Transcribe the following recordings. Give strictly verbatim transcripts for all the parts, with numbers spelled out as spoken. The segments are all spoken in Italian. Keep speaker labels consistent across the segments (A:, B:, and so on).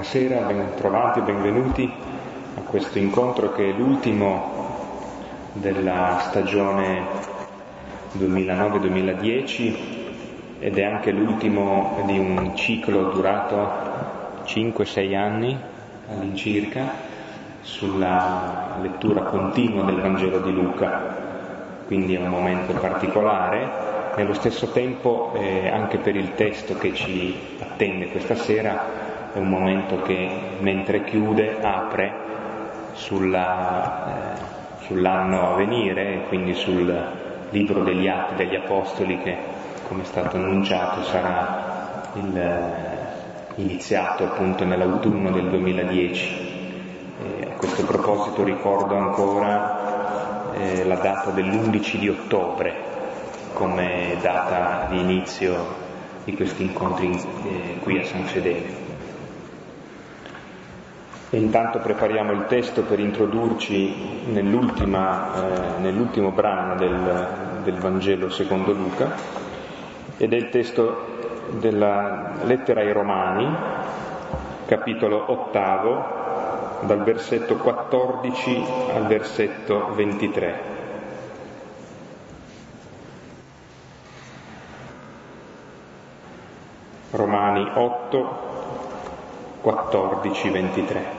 A: Buonasera, ben trovati, benvenuti a questo incontro che è l'ultimo della stagione duemilanove duemiladieci ed è anche l'ultimo di un ciclo durato cinque sei anni all'incirca sulla lettura continua del Vangelo di Luca, quindi è un momento particolare. Nello stesso tempo, eh, anche per il testo che ci attende questa sera, è un momento che, mentre chiude, apre sulla, eh, sull'anno a venire, e quindi sul libro degli Atti degli Apostoli che, come è stato annunciato, sarà il, eh, iniziato appunto nell'autunno del duemiladieci. E a questo proposito ricordo ancora eh, la data dell'undici di ottobre come data di inizio di questi incontri eh, qui a San Fedele. E intanto prepariamo il testo per introdurci nell'ultima, eh, nell'ultimo brano del, del Vangelo secondo Luca, ed è il testo della lettera ai Romani, capitolo ottavo, dal versetto quattordici al versetto ventitré. Romani otto, quattordici ventitré.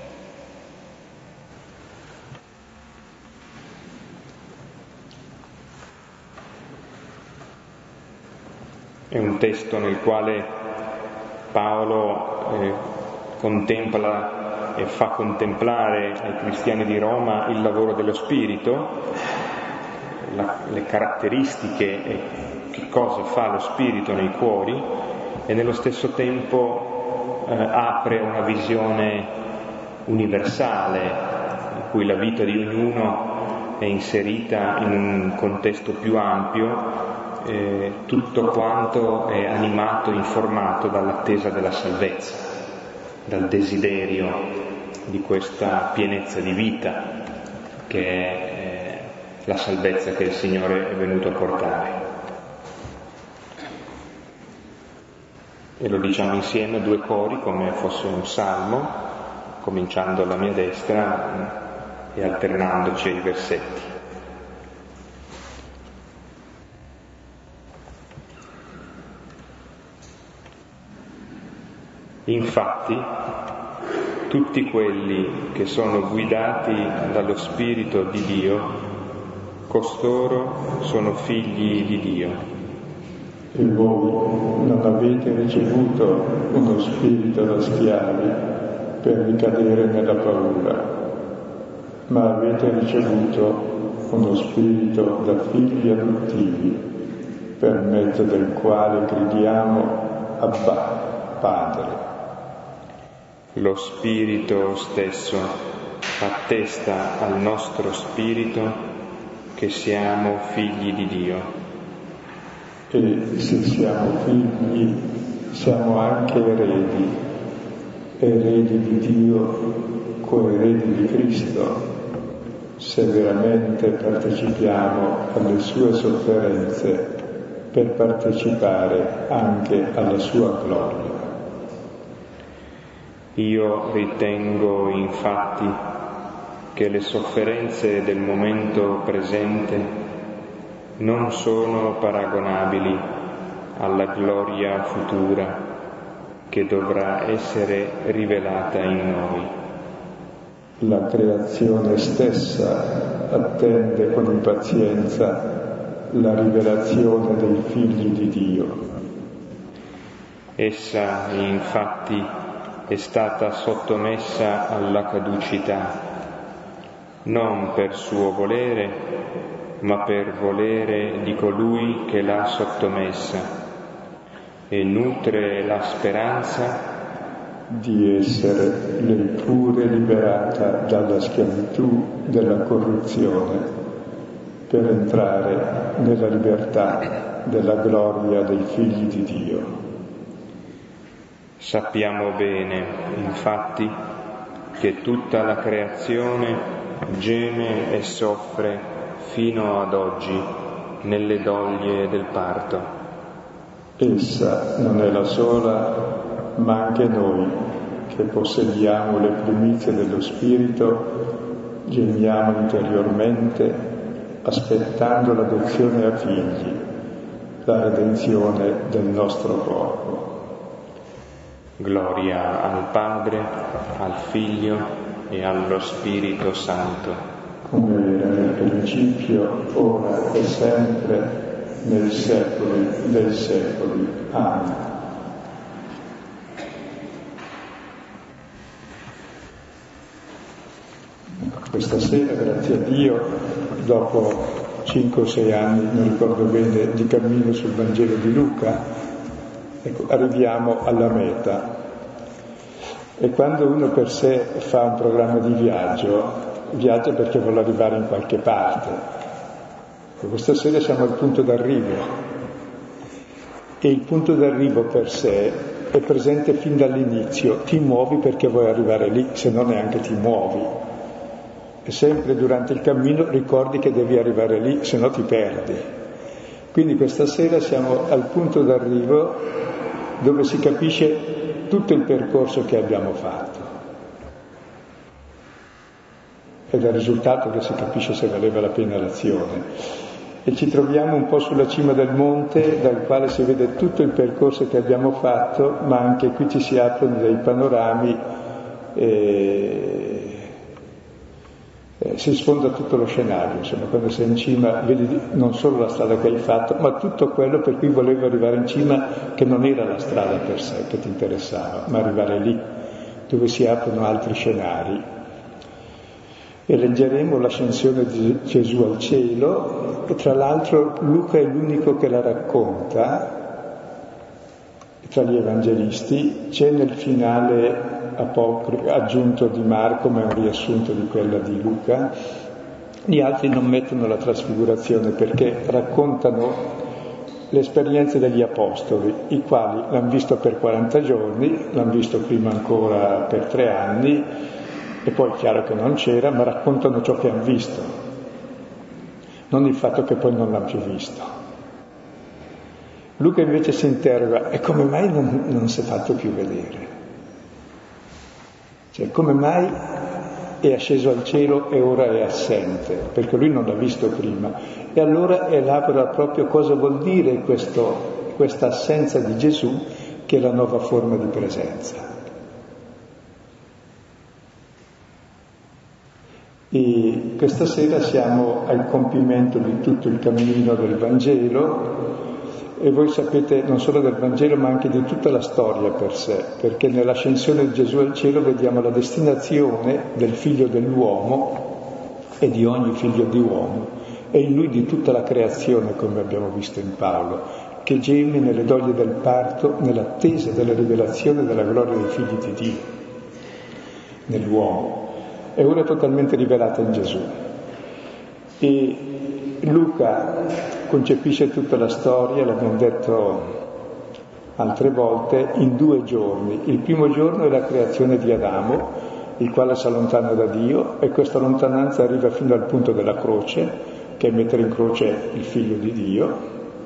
A: È un testo nel quale Paolo eh, contempla e fa contemplare ai cristiani di Roma il lavoro dello Spirito, la, le caratteristiche e che cosa fa lo Spirito nei cuori, e nello stesso tempo eh, apre una visione universale in cui la vita di ognuno è inserita in un contesto più ampio. Eh, tutto quanto è animato, informato dall'attesa della salvezza, dal desiderio di questa pienezza di vita che è eh, la salvezza che il Signore è venuto a portare. E lo diciamo insieme, due cori, come fosse un salmo, cominciando alla mia destra e alternandoci ai versetti. Infatti, tutti quelli che sono guidati dallo Spirito di Dio, costoro sono figli di Dio.
B: E voi non avete ricevuto uno spirito da schiavi per ricadere nella paura, ma avete ricevuto uno spirito da figli adottivi, per mezzo del quale gridiamo Abba, Padre.
A: Lo Spirito stesso attesta al nostro spirito che siamo figli di Dio.
B: E se siamo figli, siamo anche eredi, eredi di Dio, coeredi di Cristo, se veramente partecipiamo alle sue sofferenze per partecipare anche alla sua gloria.
A: Io ritengo infatti che le sofferenze del momento presente non sono paragonabili alla gloria futura che dovrà essere rivelata in noi.
B: La creazione stessa attende con impazienza la rivelazione dei figli di Dio.
A: Essa, infatti, è stata sottomessa alla caducità, non per suo volere, ma per volere di colui che l'ha sottomessa, e nutre la speranza
B: di essere lei pure liberata dalla schiavitù della corruzione, per entrare nella libertà della gloria dei figli di Dio.
A: Sappiamo bene, infatti, che tutta la creazione geme e soffre fino ad oggi nelle doglie del parto.
B: Essa non è la sola, ma anche noi che possediamo le primizie dello Spirito, gemiamo interiormente, aspettando l'adozione a figli, la redenzione del nostro corpo.
A: Gloria al Padre, al Figlio e allo Spirito Santo.
B: Come era nel principio, ora e sempre, nei secoli dei secoli. Amen. Questa sera, grazie a Dio, dopo cinque o sei anni, non ricordo bene, di cammino sul Vangelo di Luca, ecco, arriviamo alla meta. E quando uno per sé fa un programma di viaggio, viaggia perché vuole arrivare in qualche parte. E questa sera siamo al punto d'arrivo. E il punto d'arrivo per sé è presente fin dall'inizio. Ti muovi perché vuoi arrivare lì, se no neanche ti muovi. E sempre durante il cammino ricordi che devi arrivare lì, se no ti perdi. Quindi questa sera siamo al punto d'arrivo dove si capisce tutto il percorso che abbiamo fatto. Ed è il risultato che si capisce se valeva la pena l'azione. E ci troviamo un po' sulla cima del monte dal quale si vede tutto il percorso che abbiamo fatto, ma anche qui ci si aprono dei panorami e Eh, si sfonda tutto lo scenario, insomma, quando sei in cima vedi non solo la strada che hai fatto, ma tutto quello per cui volevi arrivare in cima, che non era la strada per sé che ti interessava, ma arrivare lì, dove si aprono altri scenari. E leggeremo l'ascensione di Gesù al cielo, e tra l'altro Luca è l'unico che la racconta, tra gli evangelisti. C'è nel finale aggiunto di Marco, ma è un riassunto di quella di Luca. Gli altri non mettono la trasfigurazione perché raccontano le esperienze degli apostoli, i quali l'hanno visto per quaranta giorni, l'hanno visto prima ancora per tre anni, e poi è chiaro che non c'era, ma raccontano ciò che hanno visto, non il fatto che poi non l'hanno più visto. Luca invece si interroga: e come mai non, non si è fatto più vedere? Cioè, come mai è asceso al cielo e ora è assente? Perché lui non l'ha visto prima. E allora elabora proprio cosa vuol dire questo, questa assenza di Gesù, che è la nuova forma di presenza. E questa sera siamo al compimento di tutto il cammino del Vangelo. E voi sapete non solo del Vangelo ma anche di tutta la storia per sé, perché nell'ascensione di Gesù al cielo vediamo la destinazione del figlio dell'uomo e di ogni figlio di uomo, e in lui di tutta la creazione, come abbiamo visto in Paolo, che geme nelle doglie del parto nell'attesa della rivelazione della gloria dei figli di Dio nell'uomo, e ora è totalmente rivelata in Gesù. E Luca concepisce tutta la storia, l'abbiamo detto altre volte, in due giorni. Il primo giorno è la creazione di Adamo, il quale si allontana da Dio, e questa lontananza arriva fino al punto della croce, che è mettere in croce il figlio di Dio,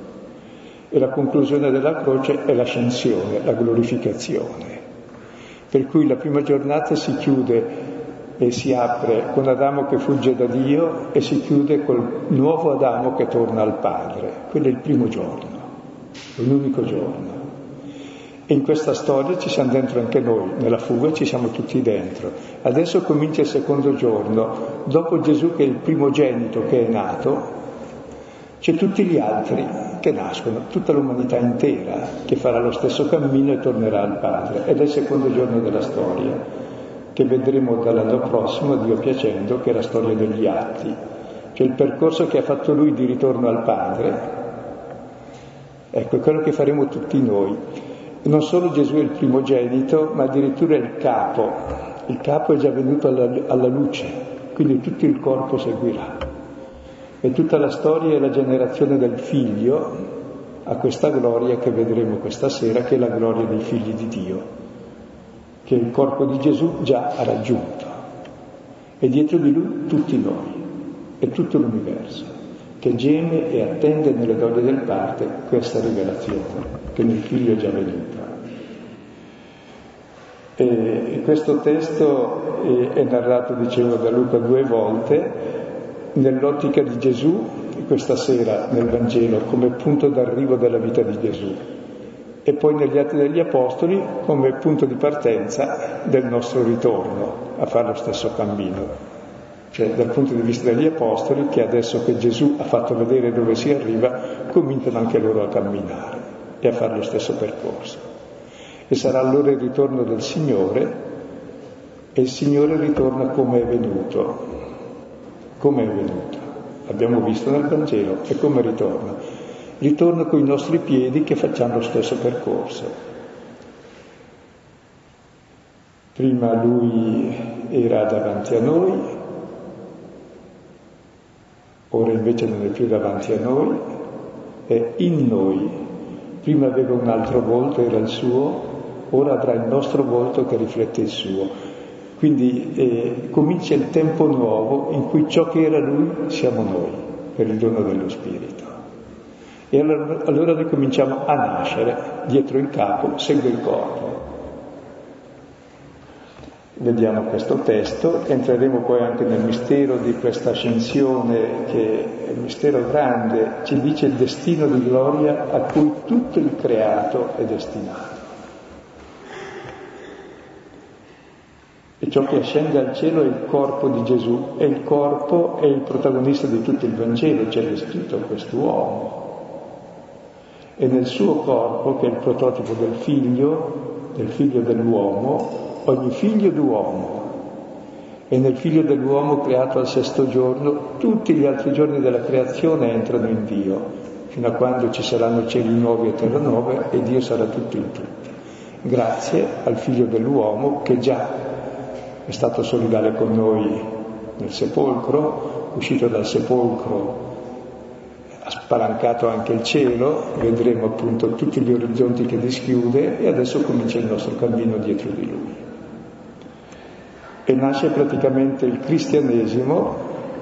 B: e la conclusione della croce è l'ascensione, la glorificazione. Per cui la prima giornata si chiude e si apre con Adamo che fugge da Dio e si chiude col nuovo Adamo che torna al Padre. Quello è il primo giorno, l'unico giorno. E in questa storia ci siamo dentro anche noi, nella fuga ci siamo tutti dentro. Adesso comincia il secondo giorno, dopo Gesù che è il primogenito che è nato, c'è tutti gli altri che nascono, tutta l'umanità intera che farà lo stesso cammino e tornerà al Padre. Ed è il secondo giorno della storia, che vedremo dall'anno prossimo, Dio piacendo, che è la storia degli atti, cioè il percorso che ha fatto lui di ritorno al Padre. Ecco, è quello che faremo tutti noi. Non solo Gesù è il primogenito, ma addirittura è il capo. Il capo è già venuto alla, alla luce, quindi tutto il corpo seguirà. E tutta la storia è la generazione del figlio a questa gloria che vedremo questa sera, che è la gloria dei figli di Dio, che il corpo di Gesù già ha raggiunto, e dietro di lui tutti noi e tutto l'universo che geme e attende nelle doglie del Padre questa rivelazione che nel figlio è già venuta. E questo testo è, è narrato, dicevo, da Luca due volte, nell'ottica di Gesù, questa sera nel Vangelo, come punto d'arrivo della vita di Gesù, e poi negli Atti degli Apostoli come punto di partenza del nostro ritorno a fare lo stesso cammino. Cioè, dal punto di vista degli Apostoli, che adesso che Gesù ha fatto vedere dove si arriva, cominciano anche loro a camminare e a fare lo stesso percorso. E sarà allora il ritorno del Signore, e il Signore ritorna come è venuto. Come è venuto? Abbiamo visto nel Vangelo. E come ritorna? Ritorna con i nostri piedi che facciamo lo stesso percorso. Prima Lui era davanti a noi, ora invece non è più davanti a noi, è in noi. Prima aveva un altro volto, era il suo, ora avrà il nostro volto che riflette il suo. Quindi eh, comincia il tempo nuovo in cui ciò che era Lui siamo noi, per il dono dello Spirito. E allora, allora noi cominciamo a nascere, dietro il capo segue il corpo. Vediamo questo testo, entreremo poi anche nel mistero di questa ascensione, che è un mistero grande, ci dice il destino di gloria a cui tutto il creato è destinato. E ciò che ascende al cielo è il corpo di Gesù, e il corpo è il protagonista di tutto il Vangelo, c'è descritto quest'uomo. E nel suo corpo, che è il prototipo del figlio, del figlio dell'uomo, ogni figlio d'uomo, e nel figlio dell'uomo creato al sesto giorno, tutti gli altri giorni della creazione entrano in Dio, fino a quando ci saranno cieli nuovi e terra nuova e Dio sarà tutto in tutti. Grazie al figlio dell'uomo che già è stato solidale con noi nel sepolcro, uscito dal sepolcro ha spalancato anche il cielo, vedremo appunto tutti gli orizzonti che dischiude, e adesso comincia il nostro cammino dietro di Lui. E nasce praticamente il cristianesimo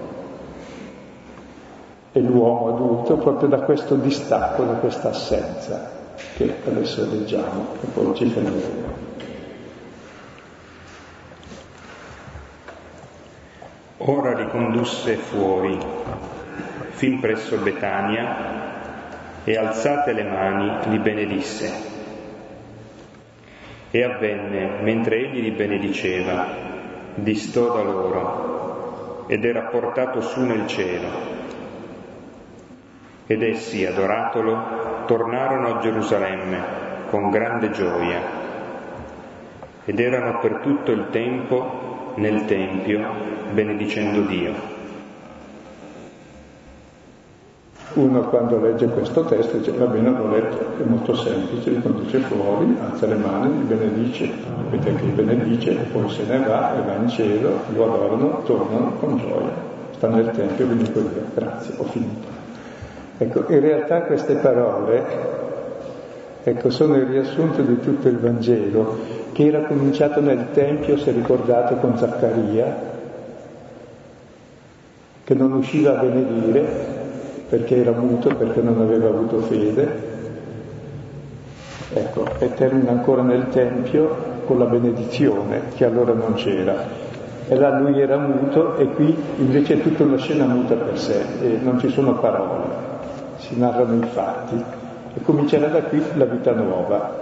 B: e l'uomo adulto proprio da questo distacco, da questa assenza che adesso leggiamo e poi ci fermeremo.
A: Ora li condusse fuori, fin presso Betania, e alzate le mani li benedisse. E avvenne, mentre egli li benediceva, distò da loro, ed era portato su nel cielo. Ed essi, adoratolo, tornarono a Gerusalemme con grande gioia, ed erano per tutto il tempo nel Tempio, benedicendo Dio.
B: Uno quando legge questo testo dice, va bene, l'ho letto, è molto semplice, li conduce fuori, alza le mani, li benedice, vedete che li benedice, e poi se ne va e va in cielo, lo adorano, tornano con gioia, sta nel Tempio, benedico Dio, grazie, ho finito. Ecco, in realtà queste parole, ecco, sono il riassunto di tutto il Vangelo, che era cominciato nel Tempio, se ricordate, con Zaccaria, che non usciva a benedire perché era muto, perché non aveva avuto fede. Ecco, e termina ancora nel Tempio con la benedizione, che allora non c'era. E là lui era muto, e qui invece è tutta una scena muta per sé, e non ci sono parole, si narrano i fatti. E comincerà da qui la vita nuova.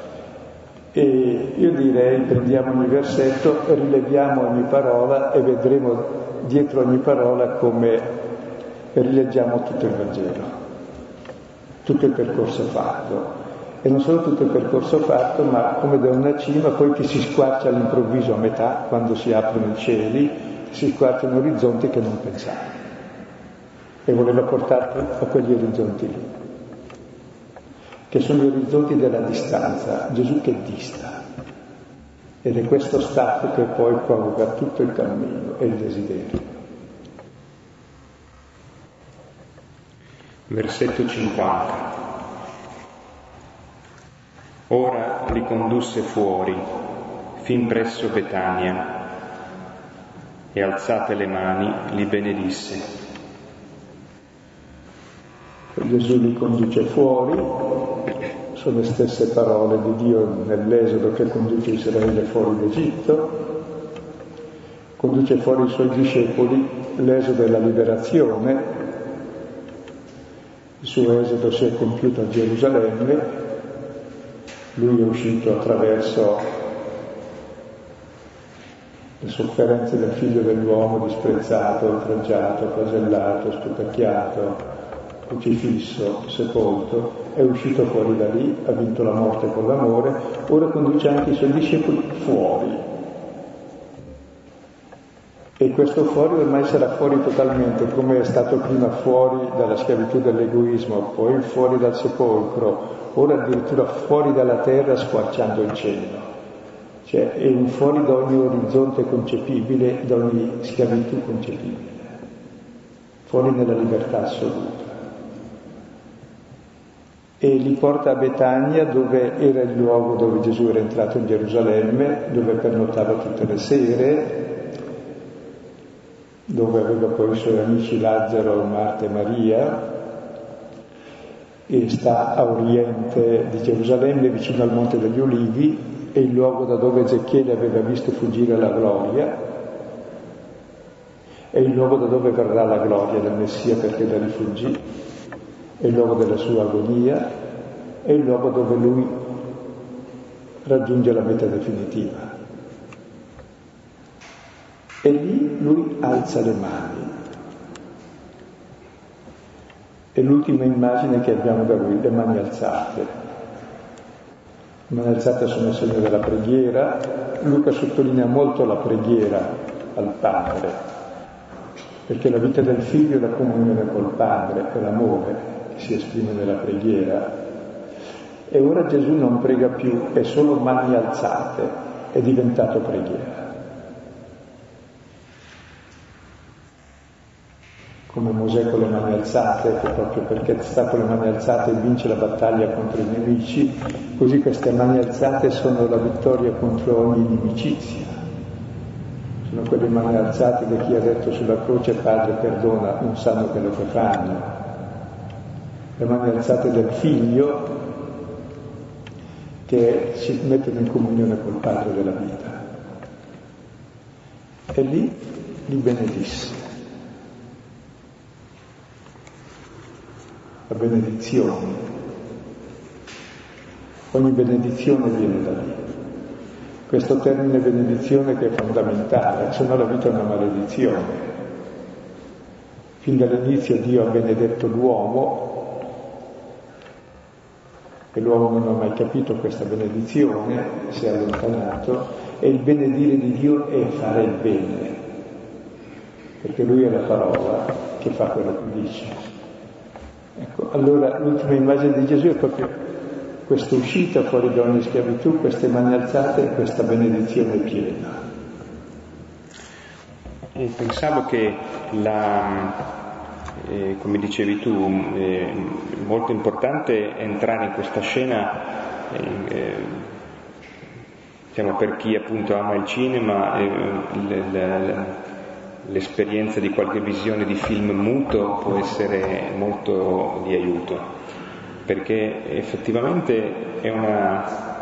B: E io direi, prendiamo ogni versetto, rileviamo ogni parola e vedremo dietro ogni parola come rileggiamo tutto il Vangelo, tutto il percorso fatto. E non solo tutto il percorso fatto, ma come da una cima poi che si squarcia all'improvviso a metà, quando si aprono i cieli, si squarciano orizzonti che non pensavi. E voleva portarti a quegli orizzonti lì, che sono gli orizzonti della distanza, Gesù che dista. Ed è questo stato che poi provoca tutto il cammino e il desiderio.
A: Versetto cinquanta. Ora li condusse fuori, fin presso Betania, e alzate le mani li benedisse.
B: Gesù li conduce fuori, sono le stesse parole di Dio nell'Esodo che conduce Israele fuori d'Egitto, conduce fuori i suoi discepoli, l'Esodo è la liberazione, il suo Esodo si è compiuto a Gerusalemme, lui è uscito attraverso le sofferenze del figlio dell'uomo, disprezzato, oltraggiato, flagellato, sputacchiato, crocifisso, sepolto, è uscito fuori da lì, ha vinto la morte con l'amore, ora conduce anche i suoi discepoli fuori. E questo fuori ormai sarà fuori totalmente, come è stato prima fuori dalla schiavitù dell'egoismo, poi fuori dal sepolcro, ora addirittura fuori dalla terra squarciando il cielo. Cioè è un fuori da ogni orizzonte concepibile, da ogni schiavitù concepibile, fuori nella libertà assoluta. E li porta a Betania, dove era il luogo dove Gesù era entrato in Gerusalemme, dove pernottava tutte le sere, dove aveva poi i suoi amici Lazzaro, Marta e Maria, e sta a oriente di Gerusalemme, vicino al Monte degli Ulivi, è il luogo da dove Ezechiele aveva visto fuggire la gloria, è il luogo da dove verrà la gloria del Messia perché da lì fuggì, è il luogo della sua agonia, è il luogo dove lui raggiunge la meta definitiva. E lì lui alza le mani. È l'ultima immagine che abbiamo da lui, le mani alzate. Le mani alzate sono segno della preghiera. Luca sottolinea molto la preghiera al Padre, perché la vita del figlio è la comunione col Padre, è l'amore che si esprime nella preghiera. E ora Gesù non prega più, è solo mani alzate, è diventato preghiera. Come Mosè con le mani alzate, che proprio perché sta con le mani alzate vince la battaglia contro i nemici, così queste mani alzate sono la vittoria contro ogni inimicizia. Sono quelle mani alzate di chi ha detto sulla croce: Padre, perdona, non sanno quello che fanno. Le mani alzate del figlio che si mettono in comunione col Padre della vita. E lì li benedisse. La benedizione. Ogni benedizione viene da lì. Questo termine benedizione che è fondamentale, se no la vita è una maledizione. Fin dall'inizio Dio ha benedetto l'uomo e l'uomo non ha mai capito questa benedizione, si è allontanato, e il benedire di Dio è fare il bene, perché Lui è la parola che fa quello che dice. Ecco, allora l'ultima immagine di Gesù è proprio questa uscita fuori da ogni schiavitù, queste mani alzate e questa benedizione piena.
A: E pensavo che la, eh, come dicevi tu, eh, molto importante è entrare in questa scena, eh, eh, diciamo, per chi appunto ama il cinema, eh, le, le, l'esperienza di qualche visione di film muto può essere molto di aiuto, perché effettivamente è una,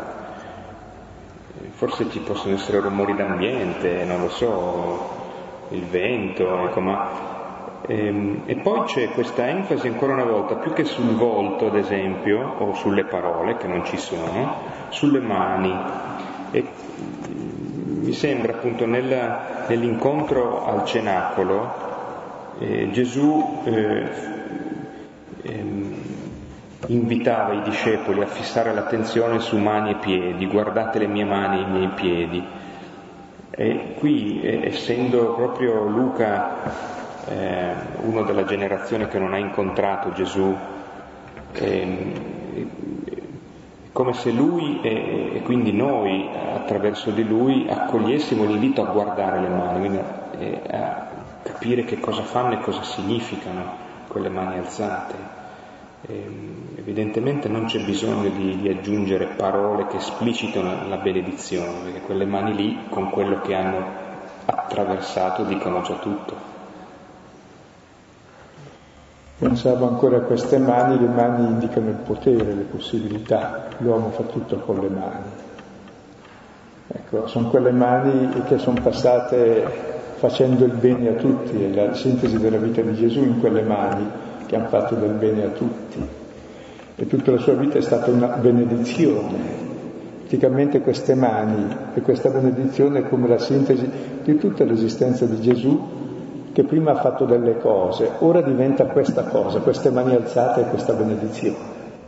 A: forse ci possono essere rumori d'ambiente, non lo so, il vento, ecco, ma ehm, e poi c'è questa enfasi ancora una volta, più che sul volto ad esempio, o sulle parole che non ci sono, sulle mani. E mi sembra appunto nella, nell'incontro al cenacolo eh, Gesù eh, ehm, invitava i discepoli a fissare l'attenzione su mani e piedi: guardate le mie mani e i miei piedi. E qui, eh, essendo proprio Luca eh, uno della generazione che non ha incontrato Gesù, eh, come se lui e, e quindi noi attraverso di lui accogliessimo l'invito a guardare le mani, quindi a, a capire che cosa fanno e cosa significano quelle mani alzate. E, evidentemente non c'è bisogno di, di aggiungere parole che esplicitano la benedizione, perché quelle mani lì, con quello che hanno attraversato, dicono già tutto.
B: Pensavo ancora a queste mani, le mani indicano il potere, le possibilità, l'uomo fa tutto con le mani. Ecco, sono quelle mani che sono passate facendo il bene a tutti, è la sintesi della vita di Gesù in quelle mani che hanno fatto del bene a tutti. E tutta la sua vita è stata una benedizione. Praticamente queste mani e questa benedizione è come la sintesi di tutta l'esistenza di Gesù, che prima ha fatto delle cose, ora diventa questa cosa, queste mani alzate e questa benedizione.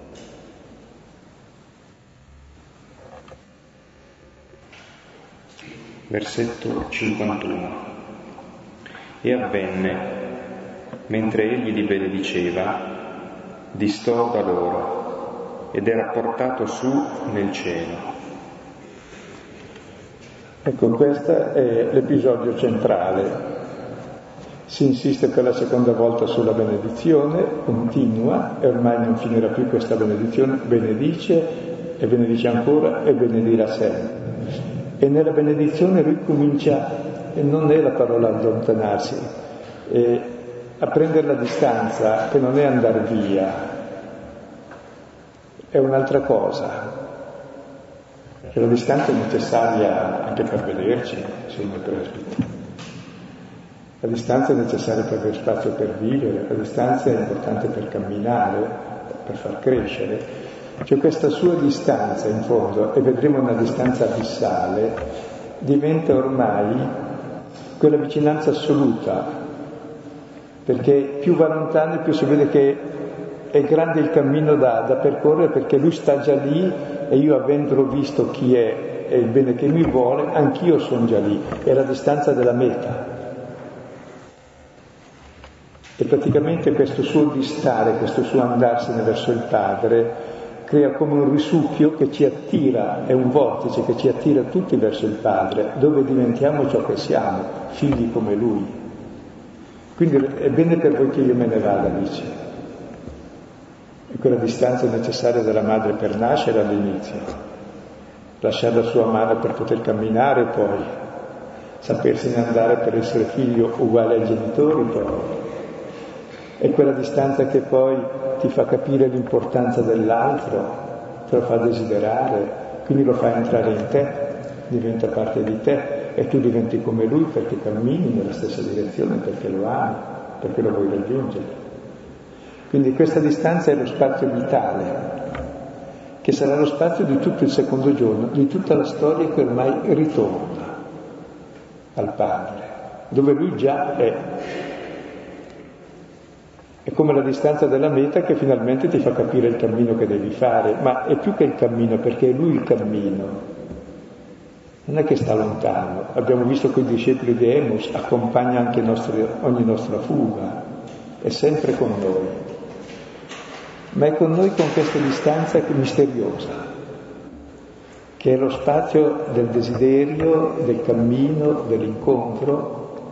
A: Versetto cinquantuno. E avvenne, mentre egli li benediceva, distò da loro ed era portato su nel cielo.
B: Ecco, questo è l'episodio centrale. Si insiste per la seconda volta sulla benedizione, continua, e ormai non finirà più questa benedizione, benedice e benedice ancora e benedirà sempre. E nella benedizione lui comincia, e non è la parola allontanarsi, è a prendere la distanza, che non è andare via, è un'altra cosa. Che la distanza è necessaria anche per vederci, insomma, presbiti. La distanza è necessaria per avere spazio per vivere, la distanza è importante per camminare, per far crescere. Cioè questa sua distanza in fondo, e vedremo una distanza abissale, diventa ormai quella vicinanza assoluta, perché più va lontano più si vede che è grande il cammino da, da percorrere, perché lui sta già lì e io, avendolo visto chi è e il bene che mi vuole, anch'io sono già lì, è la distanza della meta. E praticamente questo suo distare, questo suo andarsene verso il Padre, crea come un risucchio che ci attira, è un vortice che ci attira tutti verso il Padre, dove diventiamo ciò che siamo, figli come Lui. Quindi è bene per voi che io me ne vada, dice. E quella distanza è necessaria della madre per nascere all'inizio, lasciare la sua mano per poter camminare poi, sapersene andare per essere figlio uguale ai genitori poi. È quella distanza che poi ti fa capire l'importanza dell'altro, te lo fa desiderare, quindi lo fa entrare in te, diventa parte di te e tu diventi come lui perché cammini nella stessa direzione, perché lo ami, perché lo vuoi raggiungere. Quindi questa distanza è lo spazio vitale, che sarà lo spazio di tutto il secondo giorno, di tutta la storia che ormai ritorna al Padre, dove lui già è. È come la distanza della meta che finalmente ti fa capire il cammino che devi fare, ma è più che il cammino, perché è lui il cammino, non è che sta lontano. Abbiamo visto che i discepoli di Emmaus accompagna anche nostri, ogni nostra fuga, è sempre con noi, ma è con noi con questa distanza misteriosa, che è lo spazio del desiderio, del cammino, dell'incontro.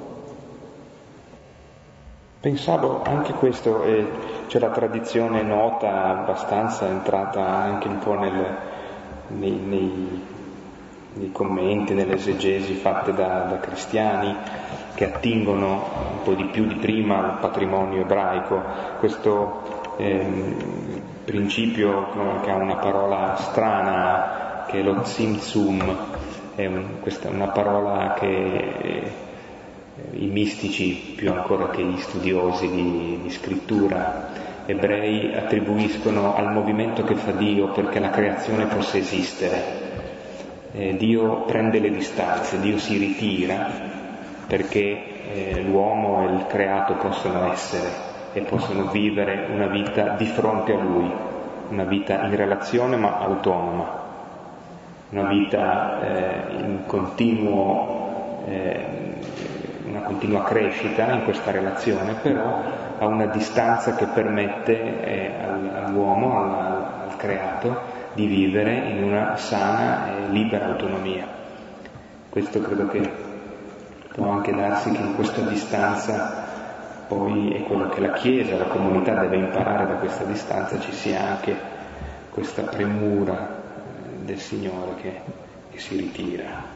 A: Pensavo anche questo, eh, c'è la tradizione nota, abbastanza entrata anche un po' nel, nei, nei, nei commenti, nelle esegesi fatte da, da cristiani che attingono un po' di più di prima al patrimonio ebraico, questo eh, principio che ha una parola strana, che è lo tzimtzum, è un, questa, una parola che i mistici, più ancora che gli studiosi di, di scrittura ebrei, attribuiscono al movimento che fa Dio perché la creazione possa esistere. Eh, Dio prende le distanze, Dio si ritira perché eh, l'uomo e il creato possano essere e possano vivere una vita di fronte a Lui, una vita in relazione ma autonoma, una vita eh, in continuo eh, una continua crescita in questa relazione, però a una distanza che permette eh, all'uomo, al, al creato, di vivere in una sana e libera autonomia. Questo credo che può anche darsi che in questa distanza poi è quello che la Chiesa, la comunità deve imparare da questa distanza, ci sia anche questa premura del Signore che, che si ritira.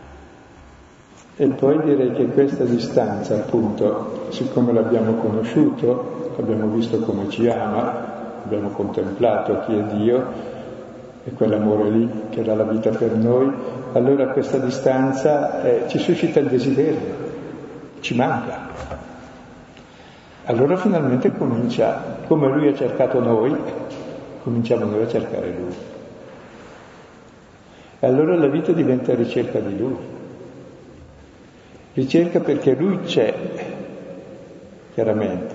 B: E poi direi che questa distanza, appunto, siccome l'abbiamo conosciuto, abbiamo visto come ci ama, abbiamo contemplato chi è Dio, e quell'amore lì che dà la vita per noi, allora questa distanza eh, ci suscita il desiderio, ci manca. Allora finalmente comincia, come Lui ha cercato noi, cominciamo noi a cercare Lui. E allora la vita diventa ricerca di Lui. Ricerca perché Lui c'è, chiaramente.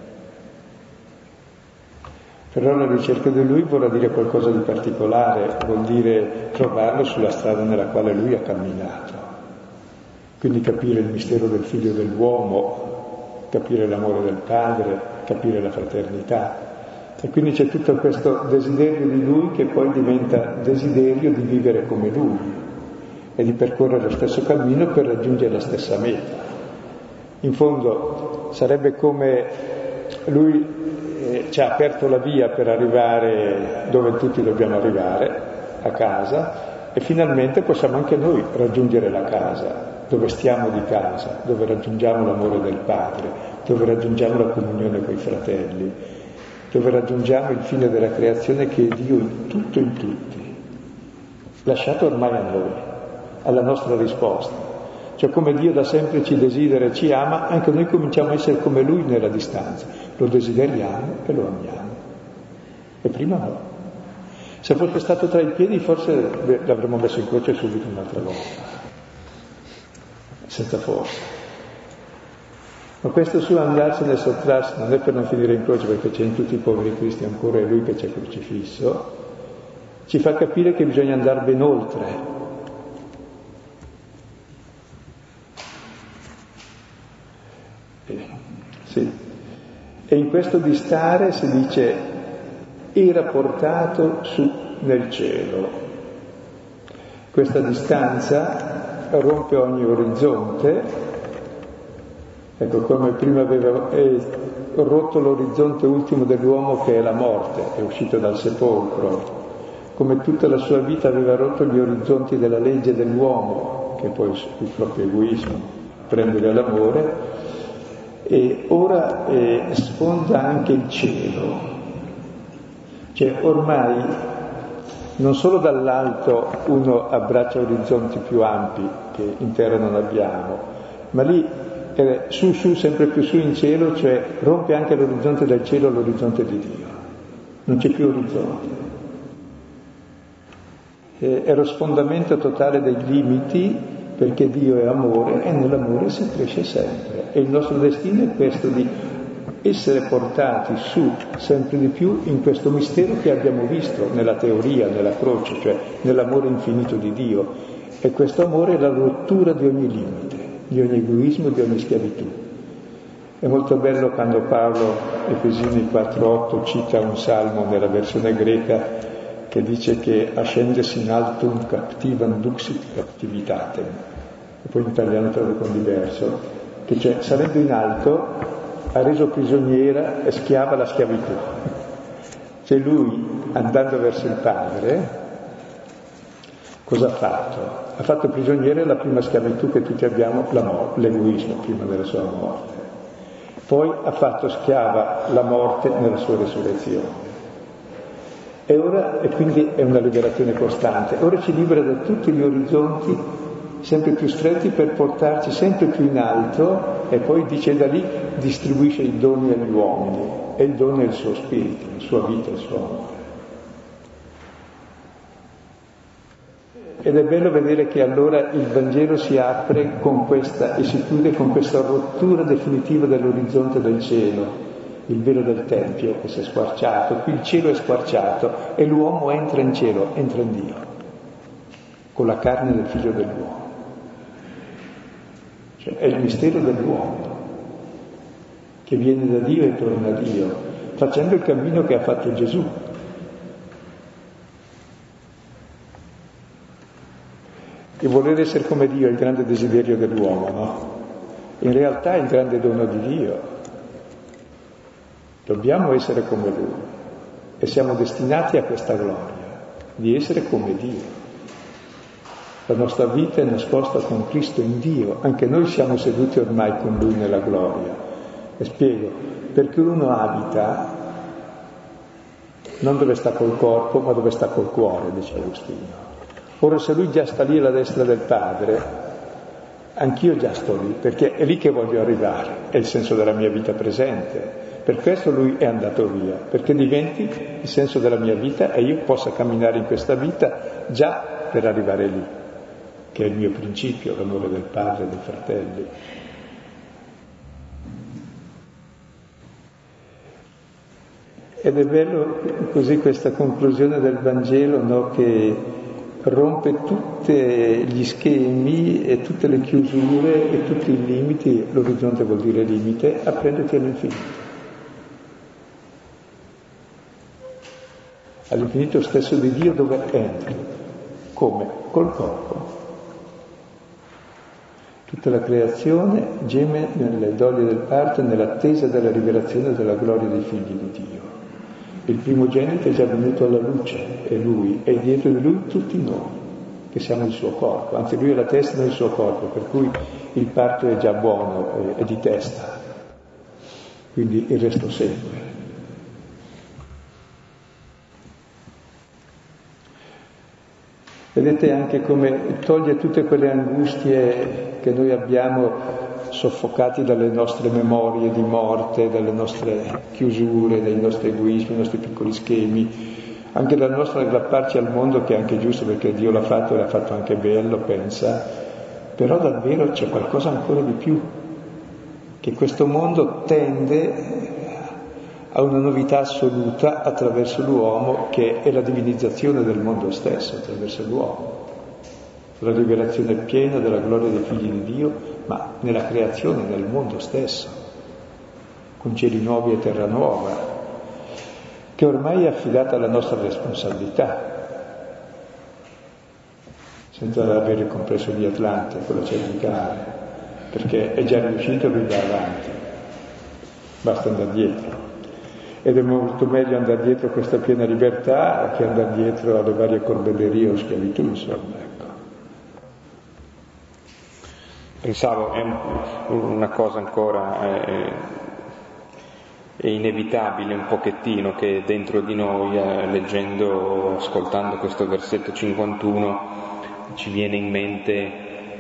B: Però la ricerca di Lui vuol dire qualcosa di particolare, vuol dire trovarlo sulla strada nella quale Lui ha camminato. Quindi capire il mistero del Figlio dell'uomo, capire l'amore del Padre, capire la fraternità. E quindi c'è tutto questo desiderio di Lui che poi diventa desiderio di vivere come Lui e di percorrere lo stesso cammino per raggiungere la stessa meta. In fondo sarebbe come Lui eh, ci ha aperto la via per arrivare dove tutti dobbiamo arrivare, a casa, e finalmente possiamo anche noi raggiungere la casa, dove stiamo di casa, dove raggiungiamo l'amore del Padre, dove raggiungiamo la comunione con i fratelli, dove raggiungiamo il fine della creazione che è Dio in tutto e in tutti, lasciato ormai a noi, alla nostra risposta. Cioè come Dio da sempre ci desidera e ci ama, anche noi cominciamo a essere come Lui nella distanza, lo desideriamo e lo amiamo. E prima no. Se fosse stato tra i piedi forse l'avremmo messo in croce subito un'altra volta, senza forza. Ma questo suo andarsene e sottrarsi non è per non finire in croce, perché c'è in tutti i poveri cristi ancora è Lui che c'è crocifisso, ci fa capire che bisogna andare ben oltre. Eh, sì. E in questo distare si dice era portato su nel cielo. Questa distanza rompe ogni orizzonte. Ecco, come prima aveva eh, rotto l'orizzonte ultimo dell'uomo che è la morte, è uscito dal sepolcro, come tutta la sua vita aveva rotto gli orizzonti della legge dell'uomo, che poi il proprio egoismo prende l'amore, e ora eh, sfonda anche il cielo. Cioè ormai non solo dall'alto uno abbraccia orizzonti più ampi che in terra non abbiamo, ma lì su su sempre più su in cielo, cioè rompe anche l'orizzonte del cielo all'orizzonte di Dio, non c'è più orizzonte, è lo sfondamento totale dei limiti, perché Dio è amore e nell'amore si cresce sempre, e il nostro destino è questo, di essere portati su sempre di più in questo mistero che abbiamo visto nella teoria, nella croce, cioè nell'amore infinito di Dio, e questo amore è la rottura di ogni limite, di ogni egoismo, di ogni schiavitù. È molto bello quando Paolo, Efesini quattro otto, cita un salmo nella versione greca che dice che ascendersi in alto un captivam duxit captivitatem, e poi in italiano traducono diverso, che cioè salendo in alto ha reso prigioniera e schiava la schiavitù. Cioè lui, andando verso il Padre, cosa ha fatto? Ha fatto prigioniera la prima schiavitù che tutti abbiamo, l'egoismo, prima della sua morte. Poi ha fatto schiava la morte nella sua resurrezione. E ora, e quindi è una liberazione costante, ora ci libera da tutti gli orizzonti sempre più stretti per portarci sempre più in alto, e poi dice da lì distribuisce i doni agli uomini, e il dono è il suo spirito, la sua vita, il suo amore. Ed è bello vedere che allora il Vangelo si apre con questa, e si chiude con questa rottura definitiva dell'orizzonte del cielo, il velo del Tempio che si è squarciato, qui il cielo è squarciato e l'uomo entra in cielo, entra in Dio, con la carne del Figlio dell'uomo. Cioè è il mistero dell'uomo che viene da Dio e torna a Dio, facendo il cammino che ha fatto Gesù. E voler essere come Dio è il grande desiderio dell'uomo, no? In realtà è il grande dono di Dio. Dobbiamo essere come Lui e siamo destinati a questa gloria, di essere come Dio. La nostra vita è nascosta con Cristo in Dio, anche noi siamo seduti ormai con Lui nella gloria, E spiego, perché uno abita non dove sta col corpo, ma dove sta col cuore, dice Agostino. Ora se lui già sta lì alla destra del Padre, anch'io già sto lì, perché è lì che voglio arrivare, è il senso della mia vita presente. Per questo lui è andato via, perché diventi il senso della mia vita e io possa camminare in questa vita già per arrivare lì, che è il mio principio, l'amore del Padre e dei fratelli. Ed è bello così questa conclusione del Vangelo, no, che rompe tutti gli schemi e tutte le chiusure e tutti i limiti. L'orizzonte vuol dire limite, aprendoti all'infinito. All'infinito stesso di Dio dove entri. Come? Col corpo. Tutta la creazione geme nelle doglie del parto e nell'attesa della rivelazione della gloria dei figli di Dio. Il primogenito è già venuto alla luce, è Lui, e dietro di Lui tutti noi, che siamo il suo corpo, anzi Lui è la testa del suo corpo, per cui il parto è già buono, è di testa, quindi il resto segue. Vedete anche come toglie tutte quelle angustie che noi abbiamo soffocati dalle nostre memorie di morte, dalle nostre chiusure, dai nostri egoismi, dai nostri piccoli schemi, anche dal nostro aggrapparci al mondo, che è anche giusto perché Dio l'ha fatto e l'ha fatto anche bello, pensa, però davvero c'è qualcosa ancora di più, che questo mondo tende a una novità assoluta attraverso l'uomo, che è la divinizzazione del mondo stesso, attraverso l'uomo. La rivelazione piena della gloria dei figli di Dio, ma nella creazione, nel mondo stesso, con cieli nuovi e terra nuova, che ormai è affidata alla nostra responsabilità, senza aver compreso gli Atlanti, quello cervicale, perché è già riuscito e lui va avanti, basta andare dietro. Ed è molto meglio andare dietro a questa piena libertà che andare dietro alle varie corbellerie o schiavitù, insomma.
A: Pensavo, è una cosa ancora, è, è inevitabile un pochettino che dentro di noi, eh, leggendo, ascoltando questo versetto cinquantuno, ci viene in mente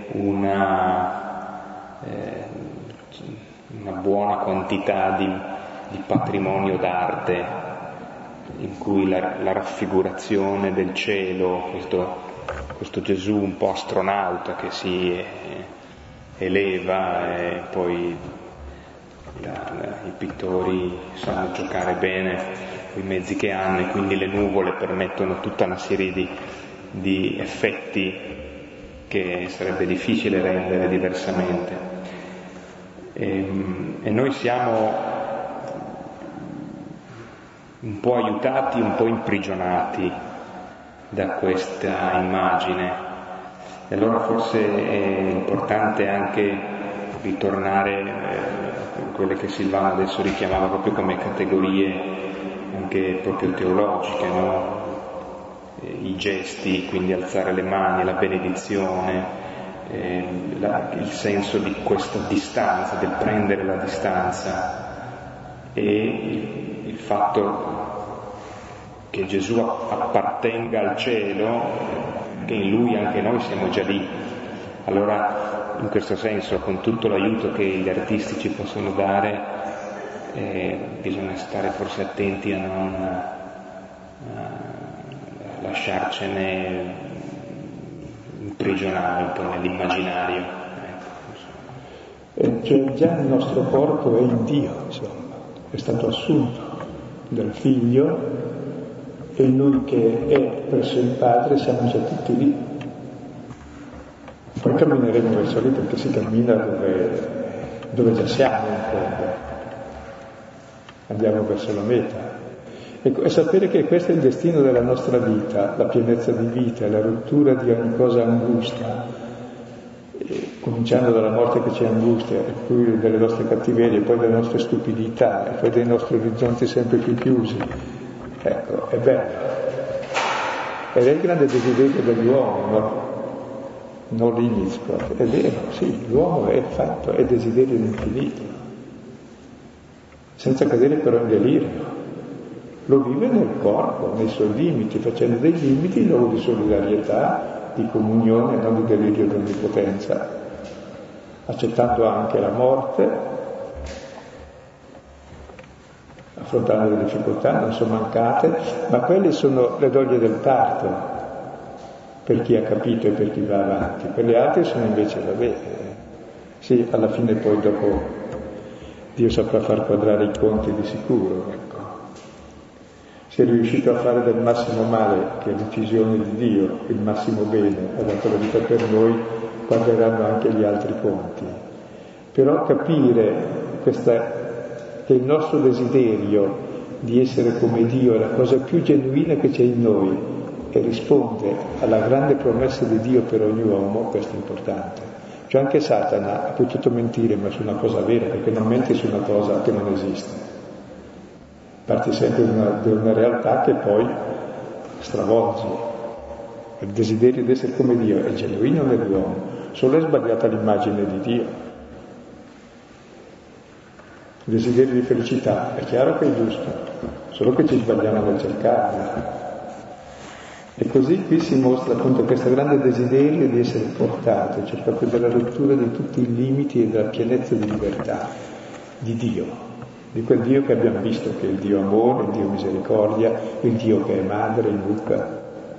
A: una, eh, una buona quantità di, di patrimonio d'arte, in cui la, la raffigurazione del cielo, questo, questo Gesù un po' astronauta che si... Eh, eleva e poi la, la, i pittori sanno giocare bene con i mezzi che hanno e quindi le nuvole permettono tutta una serie di, di effetti che sarebbe difficile rendere diversamente. E, e noi siamo un po' aiutati, un po' imprigionati da questa immagine. E allora forse è importante anche ritornare a eh, quelle che Silvano adesso richiamava proprio come categorie anche proprio teologiche, no? Eh, i gesti, quindi alzare le mani, la benedizione, eh, la, il senso di questa distanza, del prendere la distanza e il, il fatto che Gesù appartenga al cielo, che in Lui anche noi siamo già lì. Allora, in questo senso, con tutto l'aiuto che gli artisti ci possono dare, eh, bisogna stare forse attenti a non a lasciarcene imprigionare un po' nell'immaginario.
B: Ecco, cioè già il nostro corpo è in Dio, insomma, è stato assunto dal Figlio, e noi che è presso il Padre siamo già tutti lì. Poi cammineremo verso lì, perché si cammina dove, dove già siamo in fondo. Andiamo verso la meta. E, e sapere che questo è il destino della nostra vita, la pienezza di vita, la rottura di ogni cosa angusta, e, cominciando dalla morte che ci angustia, e poi delle nostre cattiverie, poi delle nostre stupidità, e poi dei nostri orizzonti sempre più chiusi. Ecco, è bello. Ed è il grande desiderio dell'uomo, no? Non l'inizio, è vero, sì, l'uomo è fatto, è desiderio infinito. senza cadere però in delirio. Lo vive nel corpo, nei suoi limiti, facendo dei limiti in luogo di solidarietà, di comunione, non di delirio di onnipotenza, accettando anche la morte, affrontando le difficoltà, non sono mancate, ma quelle sono le doglie del parto, per chi ha capito e per chi va avanti. Per le altre sono invece, vabbè, sì, alla fine poi dopo Dio saprà far quadrare i conti di sicuro, ecco. Si è riuscito a fare del massimo male, che è l'uccisione di Dio, il massimo bene, ha dato la vita per noi, quadreranno anche gli altri conti. Però capire questa, che il nostro desiderio di essere come Dio è la cosa più genuina che c'è in noi e risponde alla grande promessa di Dio per ogni uomo, questo è importante. Cioè anche Satana ha potuto mentire, ma su una cosa vera, perché non menti su una cosa che non esiste. Parti sempre da una, da una realtà che poi stravolgi. Il desiderio di essere come Dio è genuino nell'uomo, solo è sbagliata l'immagine di Dio. Il desiderio di felicità è chiaro che è giusto, solo che ci sbagliamo nel cercarlo. E così qui si mostra appunto questo grande desiderio di essere portato, cioè proprio della rottura di tutti i limiti e della pienezza di libertà di Dio. Di quel Dio che abbiamo visto, che è il Dio amore, il Dio misericordia, il Dio che è madre in Luca.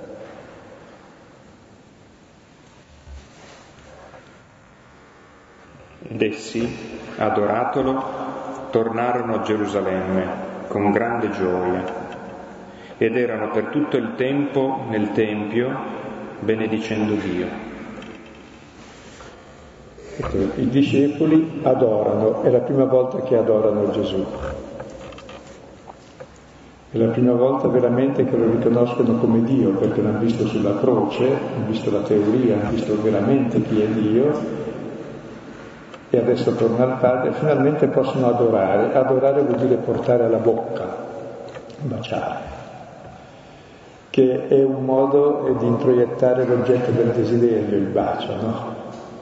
A: Ed essi, adoratolo, tornarono a Gerusalemme con grande gioia ed erano per tutto il tempo nel Tempio benedicendo Dio.
B: I discepoli adorano, è la prima volta che adorano Gesù. È la prima volta veramente che lo riconoscono come Dio, perché l'hanno visto sulla croce, hanno visto la teoria, hanno visto veramente chi è Dio, e adesso torna al Padre, finalmente possono adorare. Adorare vuol dire portare alla bocca, baciare, che è un modo di introiettare l'oggetto del desiderio, il bacio, no?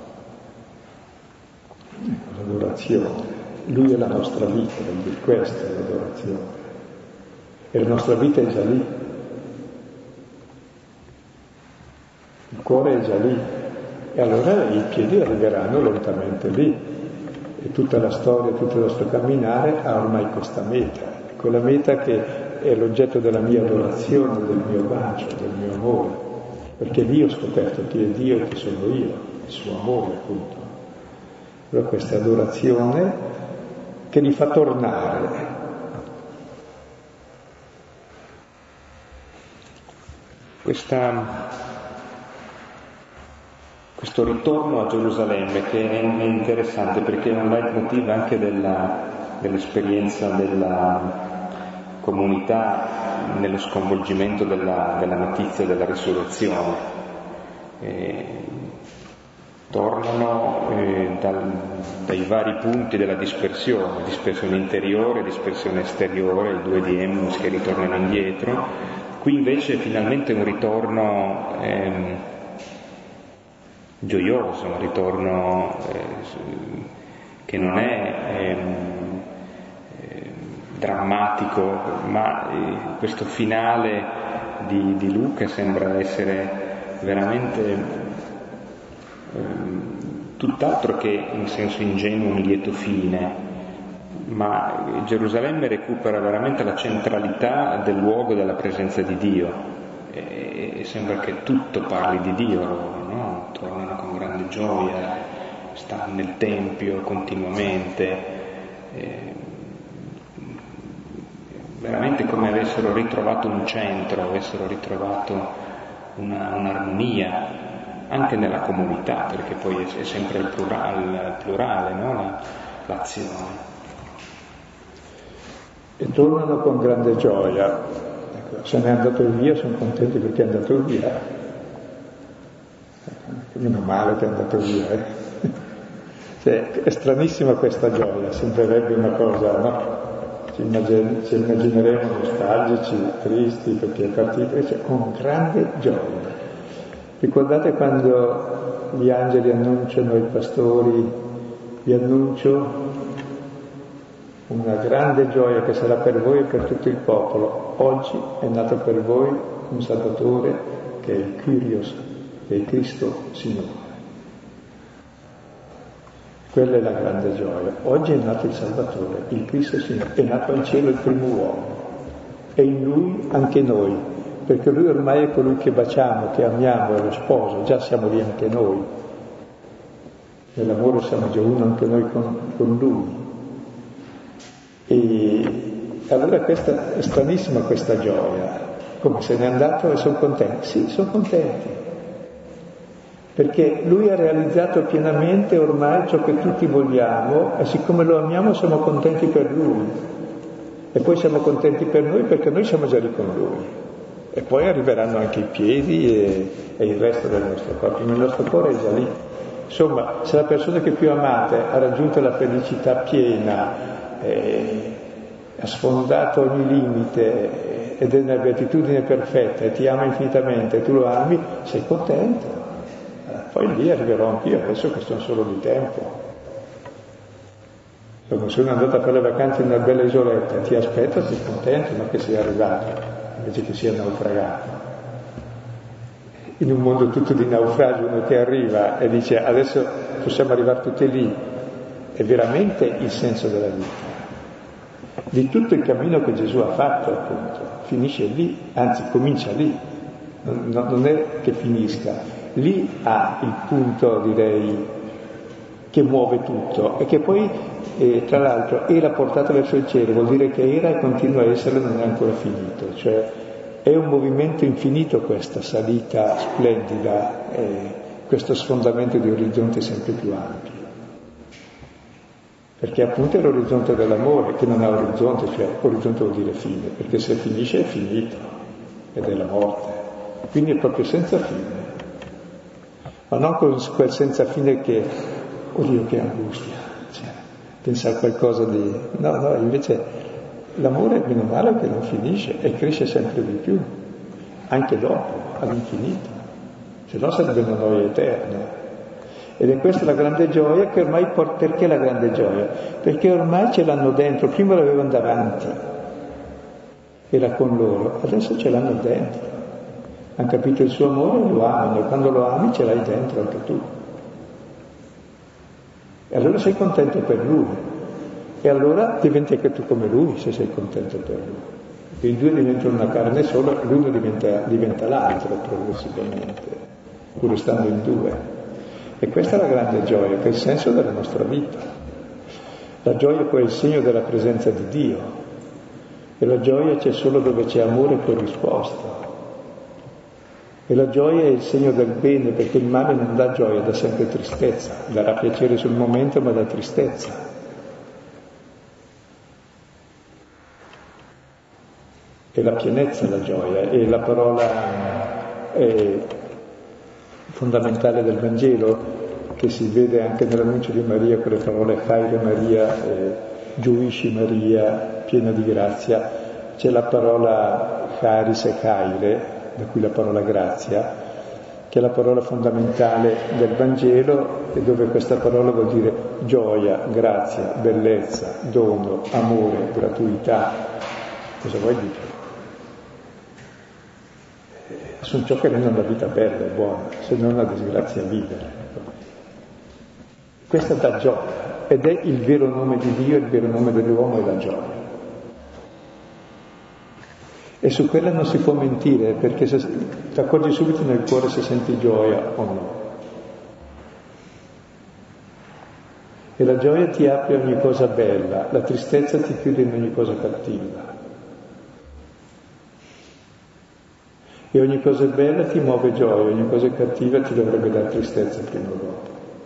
B: L'adorazione. Lui è la nostra vita, vuol dire questa è l'adorazione. E la nostra vita è già lì. Il cuore è già lì. E allora i piedi arriveranno lentamente lì. E tutta la storia, tutto il nostro camminare ha ormai questa meta. Quella meta che è l'oggetto della mia adorazione, del mio bacio, del mio amore. Perché lì ho scoperto chi è Dio e chi sono io, il suo amore appunto. Però questa adorazione che li fa tornare.
A: Questa, questo ritorno a Gerusalemme che è interessante perché è un leitmotiv anche della, dell'esperienza della comunità nello sconvolgimento della, della notizia della risurrezione. E, tornano eh, dal, dai vari punti della dispersione, dispersione interiore, dispersione esteriore, i due di Emmaus che ritornano indietro. Qui invece finalmente un ritorno ehm, gioioso, un ritorno eh, che non è ehm, eh, drammatico, ma eh, questo finale di, di Luca sembra essere veramente tutt'altro che in senso ingenuo un lieto fine, ma Gerusalemme recupera veramente la centralità del luogo della presenza di Dio e, e sembra che tutto parli di Dio loro, no? Tornano con grande gioia, stanno nel Tempio continuamente, e, veramente come avessero ritrovato un centro, avessero ritrovato una, un'armonia anche nella comunità, perché poi è sempre il plurale, il plurale no? La, l'azione.
B: E tornano con grande gioia. Ecco, se n'è andato via, sono contenti perché è andato via. Meno male che è andato via. Eh? Cioè, è stranissima questa gioia, sembrerebbe una cosa, no? Ci, immagin- ci immagineremo nostalgici, tristi perché è partito, cioè, con grande gioia. Ricordate quando gli angeli annunciano ai pastori, vi annuncio una grande gioia che sarà per voi e per tutto il popolo. Oggi è nato per voi un Salvatore che è il Kyrios, che è il Cristo Signore. Quella è la grande gioia. Oggi è nato il Salvatore, il Cristo Signore, è nato al cielo il primo uomo. E in Lui anche noi, perché Lui ormai è colui che baciamo, che amiamo, è lo sposo, già siamo lì anche noi. Nell'amore siamo già uno anche noi con, con Lui. E allora questa è stranissima questa gioia, come se n'è andato e sono contenti. Sì, sono contenti, perché Lui ha realizzato pienamente ormai ciò che tutti vogliamo e siccome lo amiamo siamo contenti per Lui e poi siamo contenti per noi perché noi siamo già lì con Lui e poi arriveranno anche i piedi e, e il resto del nostro corpo, il nostro cuore è già lì. Insomma, se la persona che più amate ha raggiunto la felicità piena, Eh, ha sfondato ogni limite ed è una beatitudine perfetta e ti ama infinitamente e tu lo ami, sei contento. Poi lì arriverò anch'io, adesso che sono solo di tempo. Quando sono andato a fare le vacanze in una bella isoletta, ti aspetto, sei contento, ma che sei arrivato, invece che sia naufragato. In un mondo tutto di naufragio, uno che arriva e dice adesso possiamo arrivare tutti lì, è veramente il senso della vita. Di tutto il cammino che Gesù ha fatto, appunto, finisce lì, anzi comincia lì, non, non è che finisca, lì ha il punto, direi, che muove tutto e che poi, eh, tra l'altro, era portato verso il cielo, vuol dire che era e continua a essere, non è ancora finito, cioè è un movimento infinito questa salita splendida, eh, questo sfondamento di orizzonti sempre più ampi. Perché appunto è l'orizzonte dell'amore, che non ha orizzonte, cioè orizzonte vuol dire fine, perché se finisce è finito, ed è la morte. Quindi è proprio senza fine. Ma non con quel senza fine che, oddio che angustia, cioè, pensare a qualcosa di... No, no, invece l'amore, meno male, che non finisce e cresce sempre di più, anche dopo, all'infinito. Se no sarebbe una noia eterna. Ed è questa la grande gioia che ormai porta... Perché la grande gioia? Perché ormai ce l'hanno dentro, prima l'avevano davanti, era con loro, adesso ce l'hanno dentro. Hanno capito il suo amore e lo amano, e quando lo ami ce l'hai dentro anche tu. E allora sei contento per lui. E allora diventi anche tu come lui, se sei contento per lui. Perché i due diventano una carne sola, l'uno diventa, diventa l'altro progressivamente, pur stando in due. E questa è la grande gioia, che è il senso della nostra vita. La gioia poi è il segno della presenza di Dio. E la gioia c'è solo dove c'è amore corrisposto. E la gioia è il segno del bene, perché il male non dà gioia, dà sempre tristezza. Darà piacere sul momento, ma dà tristezza. È la pienezza la gioia, è la parola... È fondamentale del Vangelo, che si vede anche nell'annuncio di Maria con le parole Chaire Maria, eh, gioisci Maria, piena di grazia. C'è la parola Charis e Chaire, da cui la parola grazia, che è la parola fondamentale del Vangelo e dove questa parola vuol dire gioia, grazia, bellezza, dono, amore, gratuità. Cosa vuoi dire? Sono ciò che rendono la vita bella e buona, se non una disgrazia vivere. Questa dà gioia, ed è il vero nome di Dio, il vero nome dell'uomo è la gioia. E su quella non si può mentire, perché se, ti accorgi subito nel cuore se senti gioia o no. E la gioia ti apre ogni cosa bella, la tristezza ti chiude in ogni cosa cattiva. E ogni cosa bella ti muove gioia, ogni cosa cattiva ti dovrebbe dare tristezza prima o dopo.